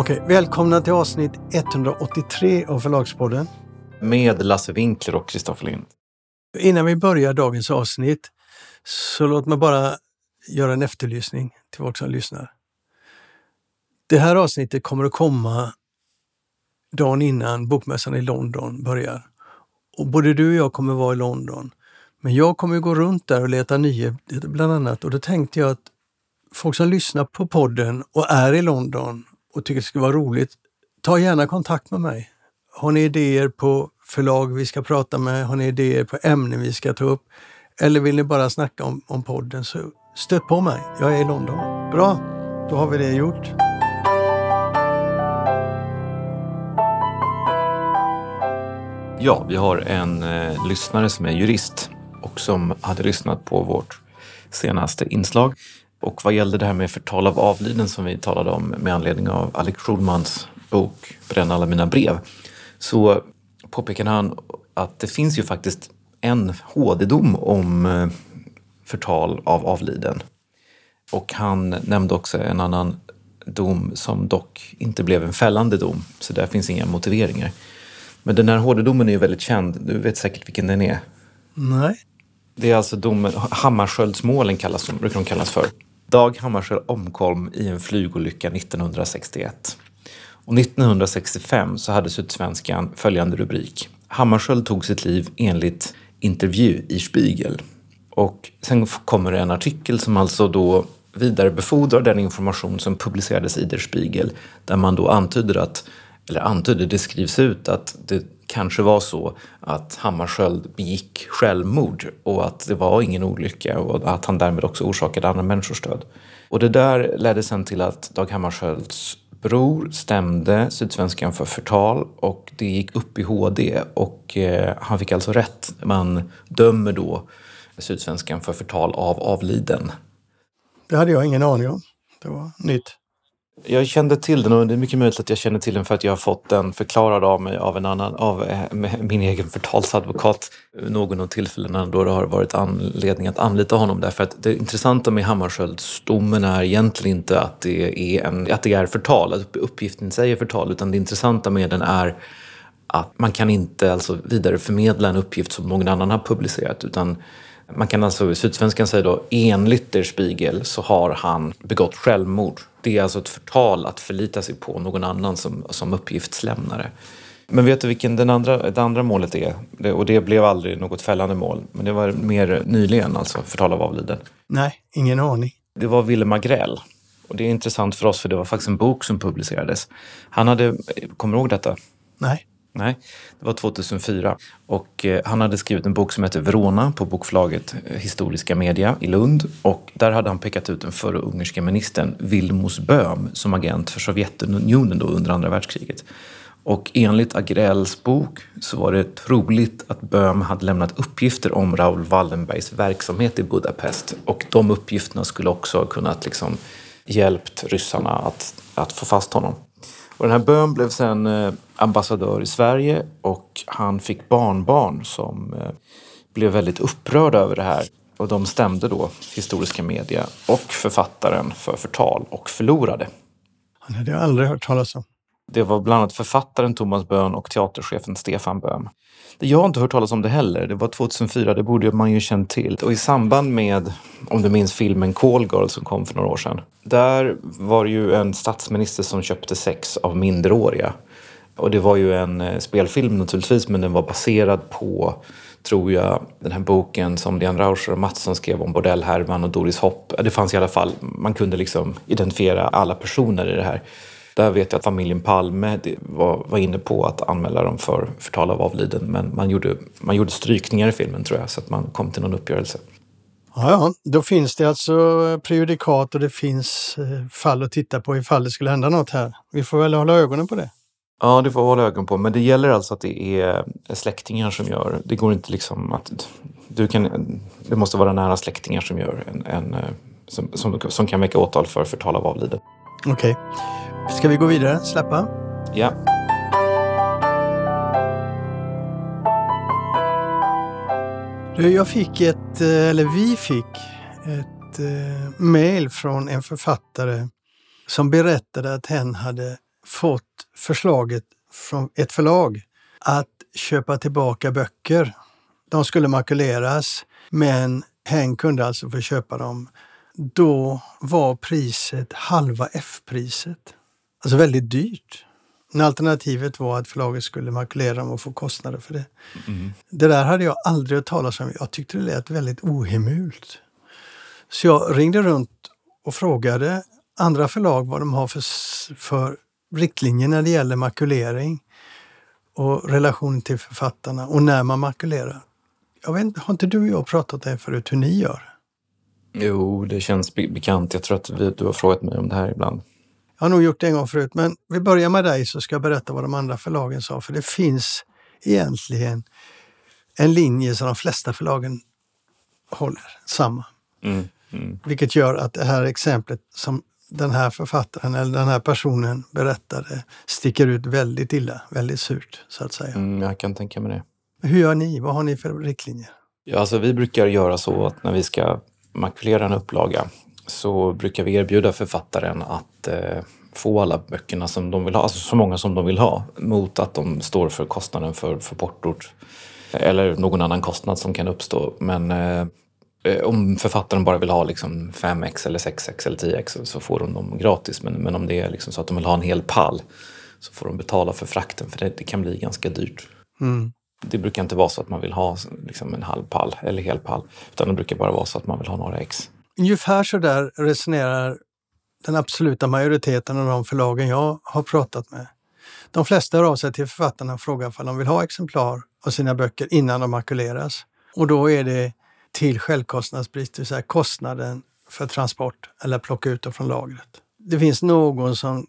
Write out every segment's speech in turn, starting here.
Okej, välkomna till avsnitt 183 av Förlagspodden. Med Lasse Winkler och Kristoffer Lind. Innan vi börjar dagens avsnitt så låt mig bara göra en efterlysning till folk som lyssnar. Det här avsnittet kommer att komma dagen innan bokmässan i London börjar. Och både du och jag kommer vara i London. Men jag kommer gå runt där och leta nyheter bland annat. Och då tänkte jag att folk som lyssnar på podden och är i London och tycker det ska vara roligt, ta gärna kontakt med mig. Har ni idéer på förlag vi ska prata med? Har ni idéer på ämnen vi ska ta upp? Eller vill ni bara snacka om podden, så stöt på mig. Jag är i London. Bra, då har vi det gjort. Ja, vi har en lyssnare som är jurist och som hade lyssnat på vårt senaste inslag. Och vad gällde det här med förtal av avliden som vi talade om med anledning av Alex Schulmans bok Bränna alla mina brev, så påpekade han att det finns ju faktiskt en HD-dom om förtal av avliden. Och han nämnde också en annan dom som dock inte blev en fällande dom, så där finns inga motiveringar. Men den här HD-domen är ju väldigt känd. Du vet säkert vilken den är. Nej. Det är alltså domen, Hammarskjöldsmålen brukar de kallas för. Dag Hammarskjöld omkom i en flygolycka 1961. Och 1965 så hade Sydsvenskan följande rubrik: Hammarskjöld tog sitt liv enligt intervju i Spiegel. Och sen kommer det en artikel som alltså då vidarebefordrar den information som publicerades i Der Spiegel, där man då antyder, det skrivs ut att det kanske var så att Hammarskjöld begick självmord och att det var ingen olycka och att han därmed också orsakade andra människors död. Och det där ledde sen till att Dag Hammarskjölds bror stämde Sydsvenskan för förtal och det gick upp i HD och han fick alltså rätt. Man dömer då Sydsvenskan för förtal av avliden. Det hade jag ingen aning om. Det var nytt. Jag kände till den och det är mycket möjligt att jag känner till den för att jag har fått den förklarad av mig av min egen förtalsadvokat någon tillfällen då det har varit anledning att anlita honom. Därför att det intressanta med Hammarskjöldsdomen är egentligen inte att det är förtal, att uppgiften säger förtal, utan det intressanta med den är att man kan inte alltså vidareförmedla en uppgift som någon annan har publicerat, utan man kan alltså i Sydsvenskan säga då, enligt Der Spiegel så har han begått självmord. Det är alltså ett förtal att förlita sig på någon annan som uppgiftslämnare. Men vet du vilken det andra målet är? Och det blev aldrig något fällande mål. Men det var mer nyligen, alltså förtal av avliden. Nej, ingen aning. Det var Willem Agrell. Och det är intressant för oss för det var faktiskt en bok som publicerades. Kommer du ihåg detta? Nej, det var 2004 och han hade skrivit en bok som heter Verona på bokförlaget Historiska Media i Lund, och där hade han pekat ut den förre ungerska ministern Vilmos Böhm som agent för Sovjetunionen då under andra världskriget. Och enligt Agrells bok så var det troligt att Böhm hade lämnat uppgifter om Raoul Wallenbergs verksamhet i Budapest, och de uppgifterna skulle också ha kunnat hjälpt ryssarna att få fast honom. Och den här Böhm blev sen ambassadör i Sverige och han fick barnbarn som blev väldigt upprörda över det här. Och de stämde då Historiska Media och författaren för förtal och förlorade. Han hade jag aldrig hört talas om. Det var bland annat författaren Thomas Böhm och teaterchefen Stefan Böhm. Jag har inte hört talas om det heller. Det var 2004, det borde man ju känt till. Och i samband med, om du minns filmen Call Girl som kom för några år sedan, där var det ju en statsminister som köpte sex av minderåriga. Och det var ju en spelfilm naturligtvis, men den var baserad på, tror jag, den här boken som Dian Rauscher och Mattsson skrev om bordellhärvan och Doris Hopp. Det fanns i alla fall, man kunde identifiera alla personer i det här. Där vet jag att familjen Palme var inne på att anmäla dem för förtal av avliden. Men man gjorde strykningar i filmen, tror jag, så att man kom till någon uppgörelse. Ja, då finns det alltså prejudikat och det finns fall att titta på ifall det skulle hända något här. Vi får väl hålla ögonen på det. Ja, det får hålla ögonen på. Men det gäller alltså att det är släktingar som gör. Det går inte att det måste vara nära släktingar som gör som kan väcka åtal för förtal av avliden. Okej. Ska vi gå vidare? Släppa? Ja. Vi fick ett mejl från en författare som berättade att hen hade fått förslaget från ett förlag att köpa tillbaka böcker. De skulle makuleras, men Henk kunde alltså få köpa dem. Då var priset halva F-priset. Alltså väldigt dyrt. Men alternativet var att förlaget skulle makulera dem och få kostnader för det. Det där hade jag aldrig hört talas om. Jag tyckte det lät väldigt ohemult. Så jag ringde runt och frågade andra förlag vad de har för riktlinjer när det gäller makulering och relation till författarna och när man makulerar. Jag vet inte, har inte du och jag pratat det förut hur ni gör? Jo, det känns bekant. Jag tror att du har frågat mig om det här ibland. Jag har nog gjort det en gång förut, men vi börjar med dig så ska jag berätta vad de andra förlagen sa. För det finns egentligen en linje som de flesta förlagen håller samma. Vilket gör att det här exemplet som den här författaren eller den här personen berättade sticker ut väldigt illa, väldigt surt så att säga. Jag kan tänka mig det. Hur gör ni? Vad har ni för riktlinjer? Ja, alltså vi brukar göra så att när vi ska makulera en upplaga så brukar vi erbjuda författaren att få alla böckerna som de vill ha, alltså så många som de vill ha, mot att de står för kostnaden för portot eller någon annan kostnad som kan uppstå. Men om författaren bara vill ha liksom 5x eller 6x eller 10x så får de dem gratis. Men om det är liksom så att de vill ha en hel pall så får de betala för frakten, för det kan bli ganska dyrt. Det brukar inte vara så att man vill ha liksom en halv pall eller hel pall, utan det brukar bara vara så att man vill ha några ex. Ungefär så där resonerar den absoluta majoriteten av de förlagen jag har pratat med. De flesta hör av sig till författarna och frågar om de vill ha exemplar av sina böcker innan de makuleras. Och då är det till självkostnadspris, det vill säga kostnaden för transport eller plocka ut dem från lagret. Det finns någon som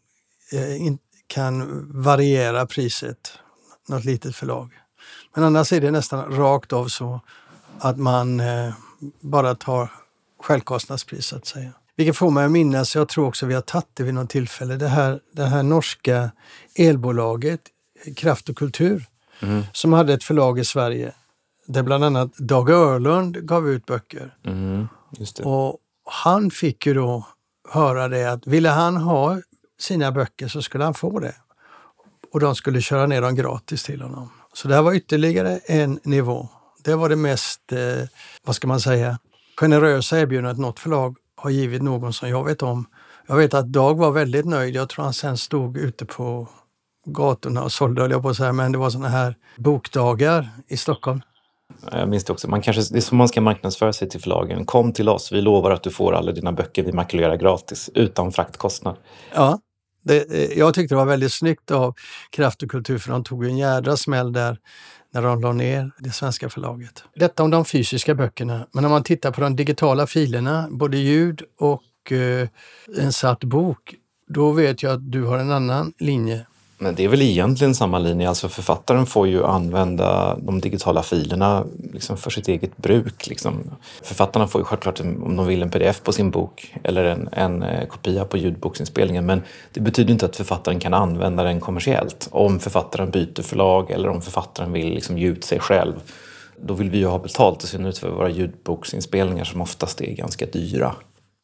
kan variera priset, något litet förlag. Men annars är det nästan rakt av så att man bara tar självkostnadspris så att säga. Vilket får mig att minnas, jag tror också vi har tagit det vid något tillfälle, det här norska elbolaget Kraft och Kultur som hade ett förlag i Sverige där bland annat Dag Örlund gav ut böcker. Just det. Och han fick ju då höra det att ville han ha sina böcker så skulle han få det. Och de skulle köra ner dem gratis till honom. Så det här var ytterligare en nivå. Det var det mest, vad ska man säga, generösa erbjudandet något förlag har givit någon som jag vet om. Jag vet att Dag var väldigt nöjd. Jag tror han sen stod ute på gatorna och sålde, höll jag på att säga, men det var såna här bokdagar i Stockholm. Jag minns det också. Det är som man ska marknadsföra sig till förlagen. Kom till oss, vi lovar att du får alla dina böcker vi makulerar gratis utan fraktkostnad. Ja, jag tyckte det var väldigt snyggt av Kraft och Kultur, för de tog en jädra smäll där när de la ner det svenska förlaget. Detta om de fysiska böckerna, men när man tittar på de digitala filerna, både ljud och en satt bok, då vet jag att du har en annan linje. Men det är väl egentligen samma linje. Alltså författaren får ju använda de digitala filerna liksom för sitt eget bruk. Liksom. Författarna får ju självklart, om de vill, en pdf på sin bok eller en kopia på ljudboksinspelningen. Men det betyder inte att författaren kan använda den kommersiellt. Om författaren byter förlag eller om författaren vill liksom ge ut sig själv, då vill vi ju ha betalt, i synnerhet för våra ljudboksinspelningar som oftast är ganska dyra.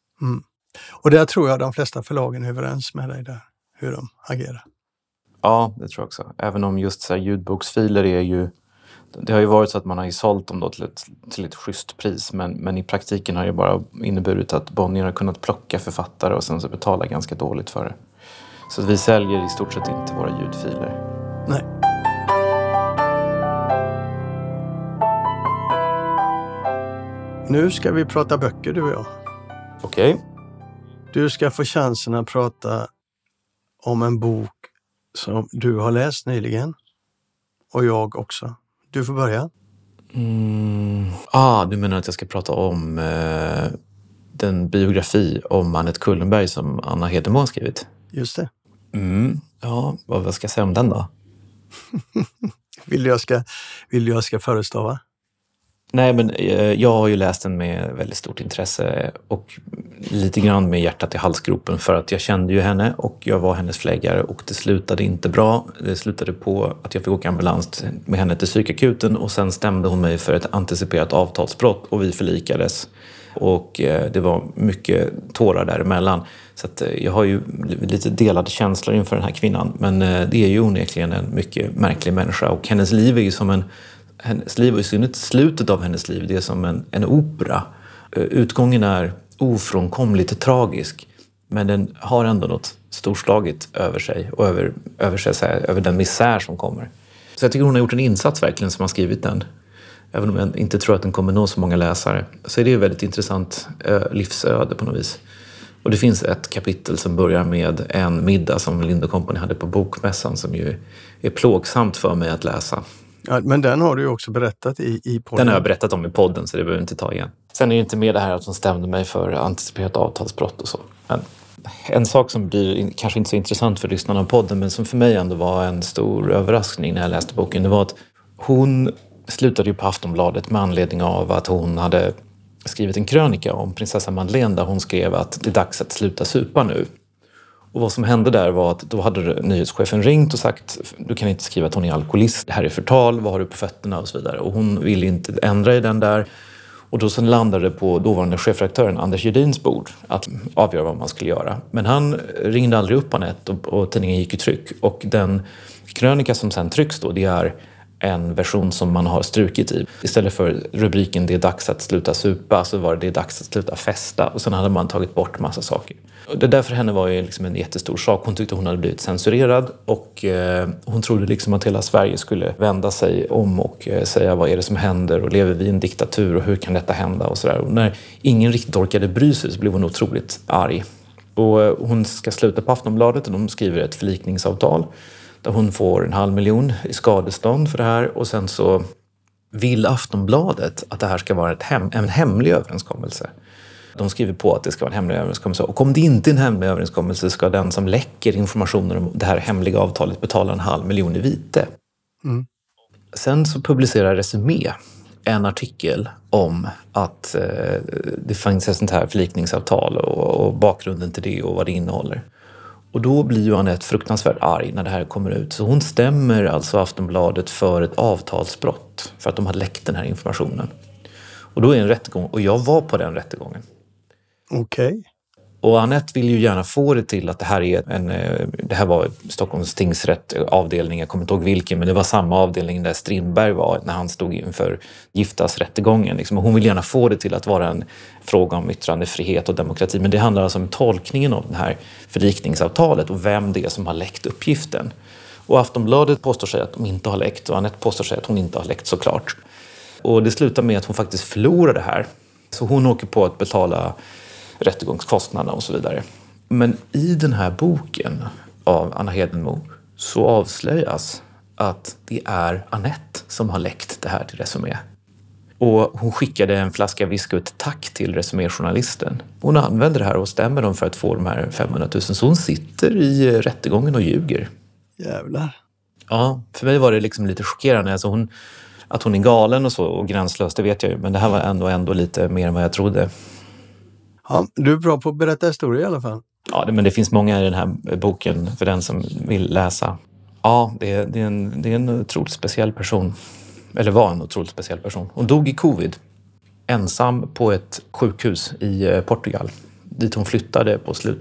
Och där tror jag de flesta förlagen är överens med dig där, hur de agerar. Ja, det tror jag också. Även om just så här ljudboksfiler är ju... Det har ju varit så att man har ju sålt dem då till ett schysst pris. Men i praktiken har det bara inneburit att Bonnier har kunnat plocka författare och sen så betala ganska dåligt för det. Så vi säljer i stort sett inte våra ljudfiler. Nej. Nu ska vi prata böcker, du och jag. Okej. Du ska få chansen att prata om en bok som du har läst nyligen. Och jag också. Du får börja. Du menar att jag ska prata om den biografi om Annette Kullenberg som Anna Hedenmo har skrivit? Just det. Ja, vad ska jag säga om den då? Vill jag ska förestava? Nej, men jag har ju läst den med väldigt stort intresse och lite grann med hjärtat i halsgropen, för att jag kände ju henne och jag var hennes förläggare och det slutade inte bra. Det slutade på att jag fick åka ambulans med henne till psykakuten och sen stämde hon mig för ett anticiperat avtalsbrott och vi förlikades. Och det var mycket tårar däremellan. Så att jag har ju lite delade känslor inför den här kvinnan. Men det är ju onekligen en mycket märklig människa. Och hennes liv är ju som hennes liv, och i synnerhet slutet av hennes liv, det är som en opera. Utgången är ofrånkomligt tragisk. Men den har ändå något storslaget över sig. Och över den misär som kommer. Så jag tycker hon har gjort en insats verkligen som har skrivit den. Även om jag inte tror att den kommer nå så många läsare. Så är det ju väldigt intressant livsöde på något vis. Och det finns ett kapitel som börjar med en middag som Lind & Company hade på bokmässan. Som ju är plågsamt för mig att läsa. Ja, men den har du ju också berättat i podden. Den har jag berättat om i podden, så det behöver jag inte ta igen. Sen är det inte med det här att de stämde mig för anticiperat avtalsbrott och så. Men en sak som blir kanske inte så intressant för lyssnarna av podden, men som för mig ändå var en stor överraskning när jag läste boken, det var att hon slutade ju på Aftonbladet med anledning av att hon hade skrivit en krönika om prinsessa Madeleine där hon skrev att det är dags att sluta supa nu. Och vad som hände där var att då hade nyhetschefen ringt och sagt du kan inte skriva att hon är alkoholist, det här är förtal, vad har du på fötterna och så vidare. Och hon ville inte ändra i den där. Och då sen landade det på dåvarande chefredaktören Anders Gedins bord att avgöra vad man skulle göra. Men han ringde aldrig upp Anette och tidningen gick i tryck. Och den krönika som sen trycks då, det är en version som man har strukit i. Istället för rubriken det är dags att sluta supa så var det är dags att sluta festa. Och sen hade man tagit bort massa saker. Och det där för henne var ju liksom en jättestor sak. Hon tyckte hon hade blivit censurerad och hon trodde liksom att hela Sverige skulle vända sig om och säga vad är det som händer och lever vi i en diktatur och hur kan detta hända och sådär. Och när ingen riktigt orkade bry sig så blev hon otroligt arg. Och hon ska sluta på Aftonbladet och de skriver ett förlikningsavtal där hon får 500 000 i skadestånd för det här och sen så vill Aftonbladet att det här ska vara en hemlig överenskommelse. De skriver på att det ska vara en hemlig överenskommelse och om det inte är en hemlig överenskommelse ska den som läcker informationen om det här hemliga avtalet betala 500 000 i vite. Mm. Sen så publicerar Resumé en artikel om att det finns ett sånt här förlikningsavtal och bakgrunden till det och vad det innehåller. Och då blir ju Anette fruktansvärt arg när det här kommer ut. Så hon stämmer alltså Aftonbladet för ett avtalsbrott för att de har läckt den här informationen. Och då är en rättegång och jag var på den rättegången. Okej. Okay. Och Anette vill ju gärna få det till att det här är det här var Stockholms tingsrätt avdelning, jag kommer inte ihåg vilken, men det var samma avdelning där Strindberg var när han stod inför giftasrättegången. Liksom. Och hon vill gärna få det till att vara en fråga om yttrandefrihet och demokrati, men det handlar alltså om tolkningen av det här förlikningsavtalet och vem det är som har läckt uppgiften. Och Aftonbladet påstår sig att de inte har läckt och Anette påstår sig att hon inte har läckt såklart. Och det slutar med att hon faktiskt förlorar det här. Så hon åker på att betala rättegångskostnaderna och så vidare. Men i den här boken av Anna Hedenmo så avslöjas att det är Anette som har läckt det här till Resumé. Och hon skickade en flaska whisky och ett tack till Resumé-journalisten. Hon använder det här och stämmer dem för att få de här 500 000. Så hon sitter i rättegången och ljuger. Jävlar. Ja, för mig var det liksom lite chockerande. Alltså att hon är galen och så och gränslös, det vet jag ju. Men det här var ändå lite mer än vad jag trodde. Ja, du är bra på att berätta historier i alla fall. Ja, men det finns många i den här boken för den som vill läsa. Ja, det är en otroligt speciell person. Eller var en otroligt speciell person. Hon dog i covid. Ensam på ett sjukhus i Portugal. Dit hon flyttade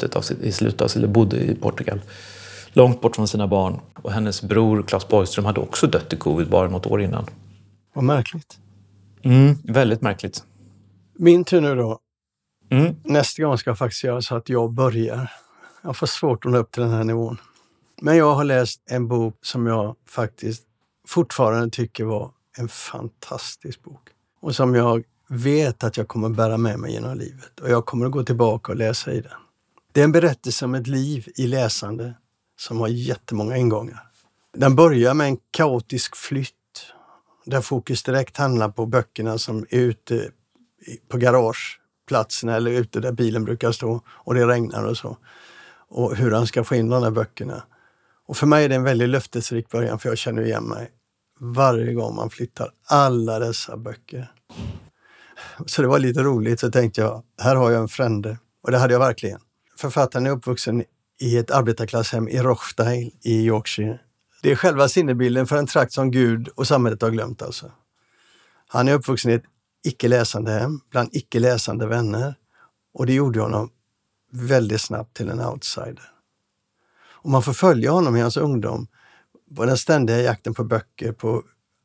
eller bodde i Portugal. Långt bort från sina barn. Och hennes bror Claes Borgström hade också dött i covid bara något år innan. Vad märkligt. Väldigt märkligt. Min tur nu då. Nästa gång ska jag faktiskt göra så att jag börjar. Jag får svårt att nå upp till den här nivån. Men jag har läst en bok som jag faktiskt fortfarande tycker var en fantastisk bok. Och som jag vet att jag kommer bära med mig genom livet. Och jag kommer att gå tillbaka och läsa i den. Det är en berättelse om ett liv i läsande som har jättemånga ingångar. Den börjar med en kaotisk flytt. Där fokus direkt handlar på böckerna som är ute på garageplatsen eller ute där bilen brukar stå och det regnar och så. Och hur han ska få in de här böckerna. Och för mig är det en väldigt löftesrik början för jag känner igen mig varje gång man flyttar alla dessa böcker. Så det var lite roligt, så tänkte jag, här har jag en frände. Och det hade jag verkligen. Författaren är uppvuxen i ett arbetarklasshem i Rochdale i Yorkshire. Det är själva sinnebilden för en trakt som Gud och samhället har glömt alltså. Han är uppvuxen i ett icke-läsande hem, bland icke-läsande vänner. Och det gjorde honom väldigt snabbt till en outsider. Och man får följa honom i hans ungdom på den ständiga jakten på böcker, på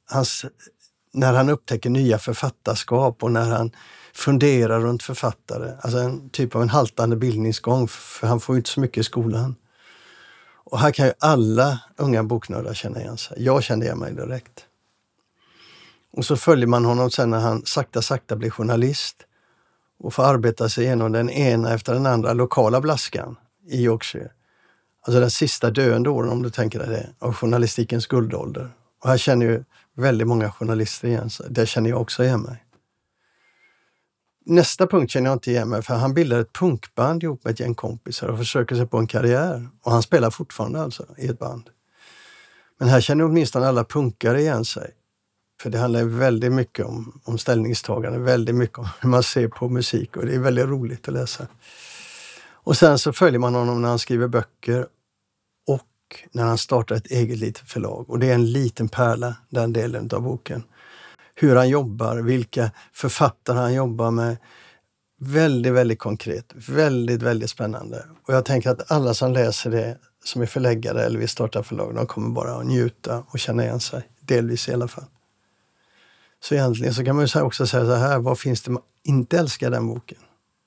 när han upptäcker nya författarskap och när han funderar runt författare. Alltså en typ av en haltande bildningsgång, för han får ju inte så mycket i skolan. Och här kan ju alla unga boknördar känna igen sig. Jag kände igen mig direkt. Och så följer man honom sen när han sakta blir journalist och får arbeta sig igenom den ena efter den andra lokala blaskan i Yorkshire. Alltså den sista döende åren, om du tänker dig det, av journalistikens guldålder. Och här känner ju väldigt många journalister igen sig. Det känner jag också igen mig. Nästa punkt känner jag inte igen mig, för han bildar ett punkband ihop med ett gäng kompisar och försöker sig på en karriär. Och han spelar fortfarande alltså i ett band. Men här känner åtminstone alla punkare igen sig. För det handlar väldigt mycket om ställningstagande, väldigt mycket om hur man ser på musik, och det är väldigt roligt att läsa. Och sen så följer man honom när han skriver böcker och när han startar ett eget litet förlag. Och det är en liten pärla, den delen av boken. Hur han jobbar, vilka författare han jobbar med. Väldigt, väldigt konkret. Väldigt, väldigt spännande. Och jag tänker att alla som läser det, som är förläggare eller vill starta förlag, de kommer bara att njuta och känna igen sig. Delvis i alla fall. Så egentligen så kan man ju också säga så här, vad finns det man inte älskar den boken?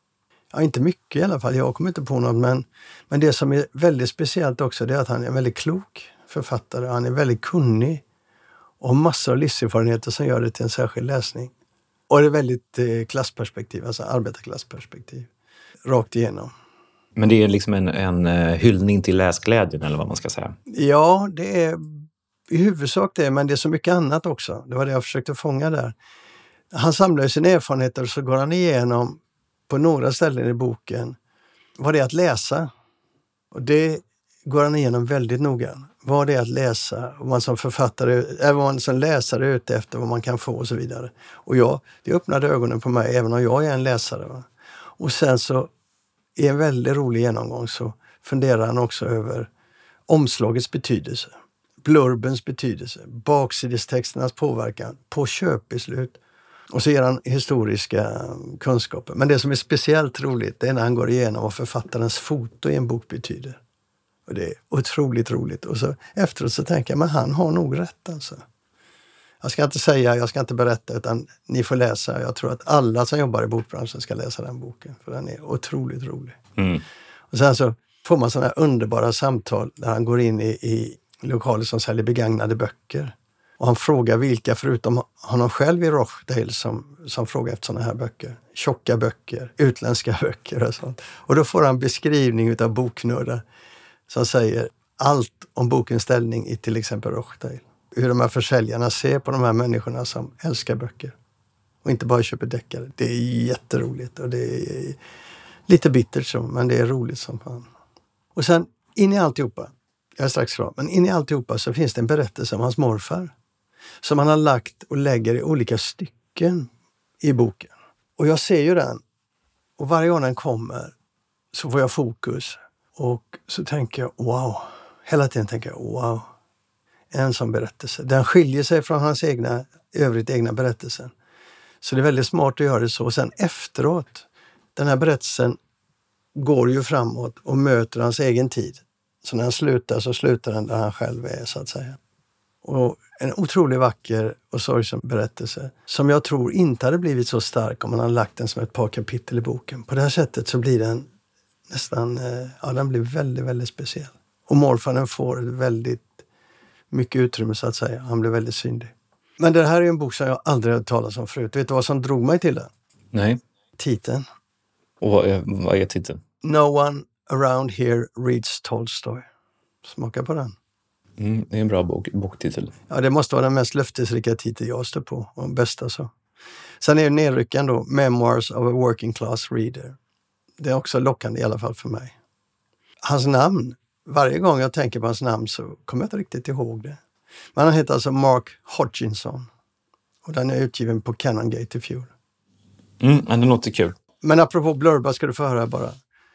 Ja, inte mycket i alla fall. Jag kommer inte på något, men det som är väldigt speciellt också, det är att han är en väldigt klok författare. Han är väldigt kunnig och har massor av livserfarenheter som gör det till en särskild läsning. Och det är väldigt klassperspektiv, alltså arbetarklassperspektiv, rakt igenom. Men det är liksom en hyllning till läsglädjen, eller vad man ska säga? Ja, det är i huvudsak det, men det är så mycket annat också. Det var det jag försökte fånga där. Han samlar sina erfarenheter och så går han igenom på några ställen i boken vad det är att läsa. Och det går han igenom väldigt noga. Vad det är att läsa, vad man som författare, vad man som läsare är ute efter, vad man kan få och så vidare. Och det öppnade ögonen på mig, även om jag är en läsare. Va? Och sen så i en väldigt rolig genomgång så funderar han också över omslagets betydelse, blurbens betydelse, baksidestexternas påverkan på köpbeslut. Och så ger han historiska kunskaper. Men det som är speciellt roligt, det är när han går igenom vad författarens foto i en bok betyder. Och det är otroligt roligt. Och så efteråt så tänker jag, men han har nog rätt alltså. Jag ska inte berätta, utan ni får läsa. Jag tror att alla som jobbar i bokbranschen ska läsa den boken. För den är otroligt rolig. Mm. Och sen så får man sådana här underbara samtal där han går in i lokaler som säljer begagnade böcker. Och han frågar vilka, förutom honom själv i Rochdale, som frågar efter sådana här böcker. Tjocka böcker, utländska böcker och sånt. Och då får han beskrivning utav boknördar som säger allt om bokens ställning i till exempel Rochdale. Hur de här försäljarna ser på de här människorna som älskar böcker. Och inte bara köper deckare. Det är jätteroligt och det är lite bittert så, men det är roligt som fan. Och sen in i alltihopa, jag är strax klar, men in i alltihopa så finns det en berättelse om hans morfar. Som han har lagt och lägger i olika stycken i boken. Och jag ser ju den. Och varje gång den kommer så får jag fokus. Och så tänker jag, wow. Hela tiden tänker jag, wow. En sån berättelse. Den skiljer sig från hans övrigt egna berättelsen. Så det är väldigt smart att göra det så. Och sen efteråt, den här berättelsen går ju framåt och möter hans egen tid. Så när han slutar så slutar den där han själv är, så att säga. Och en otroligt vacker och sorgsen berättelse som jag tror inte hade blivit så stark om man hade lagt den som ett par kapitel i boken. På det här sättet så blir den nästan, den blir väldigt, väldigt speciell. Och morfaren får väldigt mycket utrymme, så att säga. Han blir väldigt synlig. Men det här är en bok som jag aldrig hade talat om förut. Vet du vad som drog mig till den? Nej. Titeln. Och vad är titeln? No one around here reads Tolstoy. Smaka på den. Det är en bra boktitel. Ja, det måste vara den mest löftesrika titel jag står på. Och bästa så. Sen är ju nedryckan då Memoirs of a Working Class Reader. Det är också lockande i alla fall för mig. Hans namn, varje gång jag tänker på hans namn så kommer jag inte riktigt ihåg det. Men han heter alltså Mark Hodgkinson. Och den är utgiven på Canongate i fjol. Men det låter kul. Men apropå blurbar ska du få höra bara.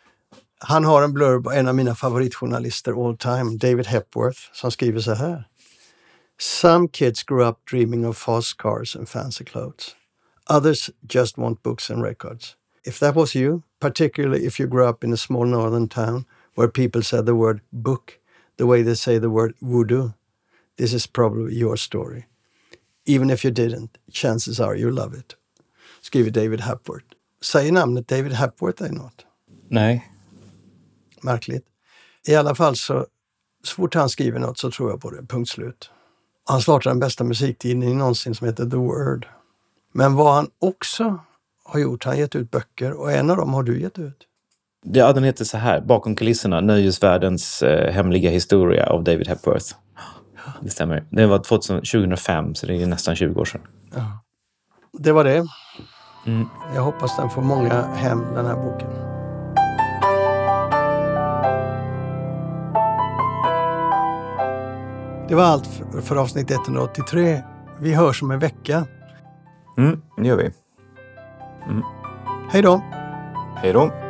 Han har en blurb, en av mina favoritjournalister all time, David Hepworth, som skriver så här. Some kids grew up dreaming of fast cars and fancy clothes. Others just want books and records. If that was you, particularly if you grew up in a small northern town where people said the word book the way they say the word voodoo, this is probably your story. Even if you didn't, chances are you love it. Skriver David Hepworth. Säger namnet David Hepworth är något? Nej. Märkligt. I alla fall så fort han skriver något så tror jag på det. Punkt slut. Han startar den bästa musiktidningen någonsin som heter The Word. Men vad han också har gjort, han har gett ut böcker och en av dem har du gett ut. Ja, den heter så här, Bakom kulisserna, Nöjesvärldens hemliga historia av David Hepworth. Det stämmer. Det var 2005, så det är nästan 20 år sedan. Ja. Det var det. Jag hoppas den får många hem, den här boken. Det var allt för avsnitt 183. Vi hörs om en vecka. Det gör vi. Hej då. Hej då.